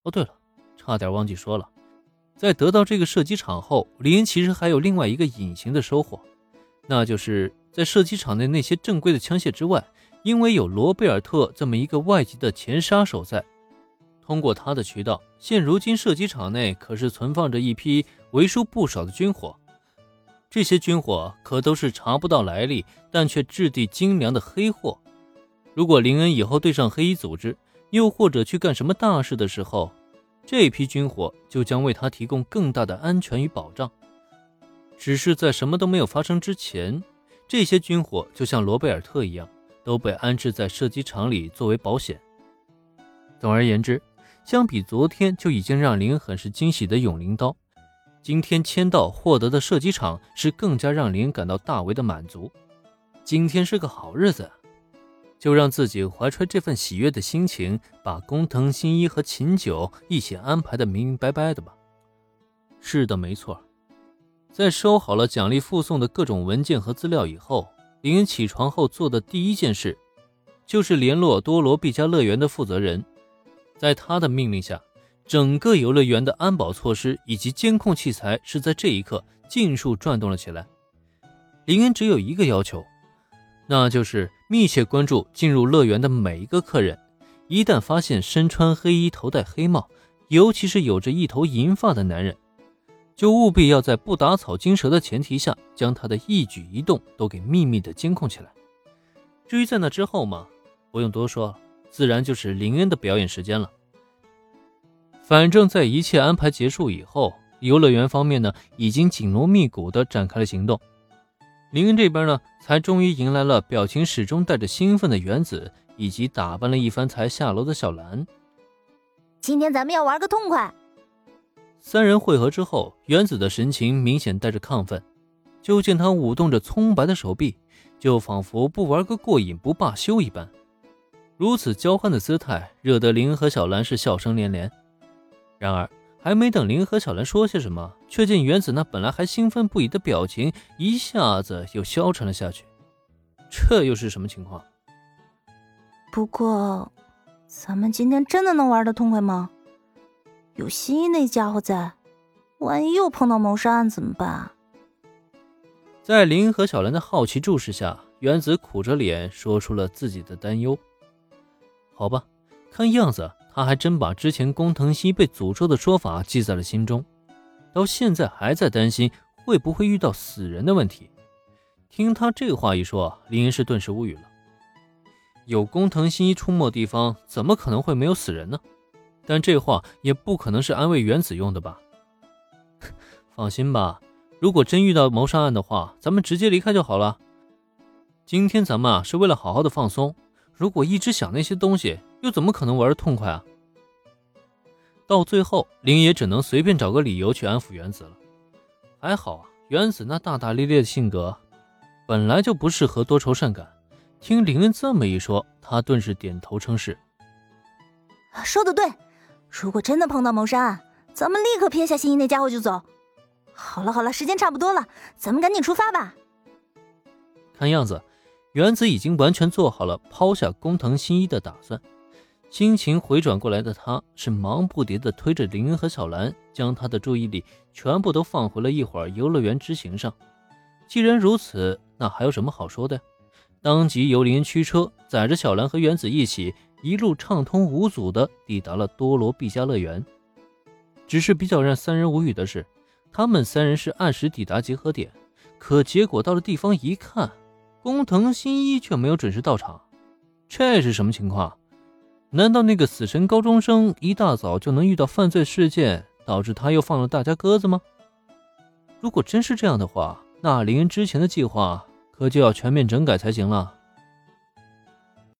哦，对了，差点忘记说了，在得到这个射击场后，林恩其实还有另外一个隐形的收获，那就是在射击场内那些正规的枪械之外，因为有罗贝尔特这么一个外籍的前杀手在，通过他的渠道，现如今射击场内可是存放着一批为数不少的军火，这些军火可都是查不到来历，但却质地精良的黑货。如果林恩以后对上黑衣组织，又或者去干什么大事的时候，这批军火就将为他提供更大的安全与保障。只是在什么都没有发生之前，这些军火就像罗贝尔特一样，都被安置在射击场里作为保险。总而言之，相比昨天就已经让林恩很是惊喜的永灵刀，今天签到获得的射击场是更加让林恩感到大为的满足。今天是个好日子，就让自己怀揣这份喜悦的心情，把工藤新一和秦九一起安排的明明白白的吧。是的，没错。在收好了奖励附送的各种文件和资料以后，林恩起床后做的第一件事就是联络多罗毕加乐园的负责人。在他的命令下，整个游乐园的安保措施以及监控器材是在这一刻尽数转动了起来。林恩只有一个要求，那就是密切关注进入乐园的每一个客人，一旦发现身穿黑衣头戴黑帽，尤其是有着一头银发的男人，就务必要在不打草惊蛇的前提下，将他的一举一动都给秘密的监控起来。至于在那之后嘛，不用多说，自然就是林恩的表演时间了。反正在一切安排结束以后，游乐园方面呢已经紧锣密鼓地展开了行动。林恩这边呢才终于迎来了表情始终带着兴奋的原子，以及打扮了一番才下楼的小兰。 今天咱们要玩个痛快。 三人会合之后，原子的神情明显带着亢奋，就见他舞动着葱白的手臂，就仿佛不玩个过瘾不罢休一般。如此交欢的姿态，惹得林恩和小兰是笑声连连。然而还没等林恩和小兰说些什么，却见原子那本来还兴奋不已的表情一下子又消沉了下去。这又是什么情况？ 不过咱们今天真的能玩得痛快吗？有新一那家伙在，万一又碰到谋杀案怎么办？ 在林恩和小兰的好奇注视下，原子苦着脸说出了自己的担忧。好吧，看样子他还真把之前工藤新一被诅咒的说法记在了心中，到现在还在担心会不会遇到死人的问题。听他这话一说，林恩是顿时无语了。有工藤新一出没地方，怎么可能会没有死人呢？但这话也不可能是安慰原子用的吧？放心吧，如果真遇到谋杀案的话，咱们直接离开就好了。今天咱们是为了好好的放松，如果一直想那些东西，又怎么可能玩得痛快啊？到最后，林也只能随便找个理由去安抚原子了。还好原子那大大咧咧的性格，本来就不适合多愁善感。听林恩这么一说，他顿时点头称是。 说得对，如果真的碰到谋杀案，咱们立刻撇下新一那家伙就走。好了，时间差不多了，咱们赶紧出发吧。 看样子原子已经完全做好了抛下工藤新一的打算。心情回转过来的他是忙不迭地推着林恩和小兰，将他的注意力全部都放回了一会儿游乐园之行上。既然如此，那还有什么好说的？当即由林恩驱车载着小兰和原子一起，一路畅通无阻地抵达了多罗毕加乐园。只是比较让三人无语的是，他们三人是按时抵达集合点，可结果到了地方一看，工藤新一却没有准时到场。这是什么情况？难道那个死神高中生一大早就能遇到犯罪事件，导致他又放了大家鸽子吗？如果真是这样的话，那林恩之前的计划可就要全面整改才行了。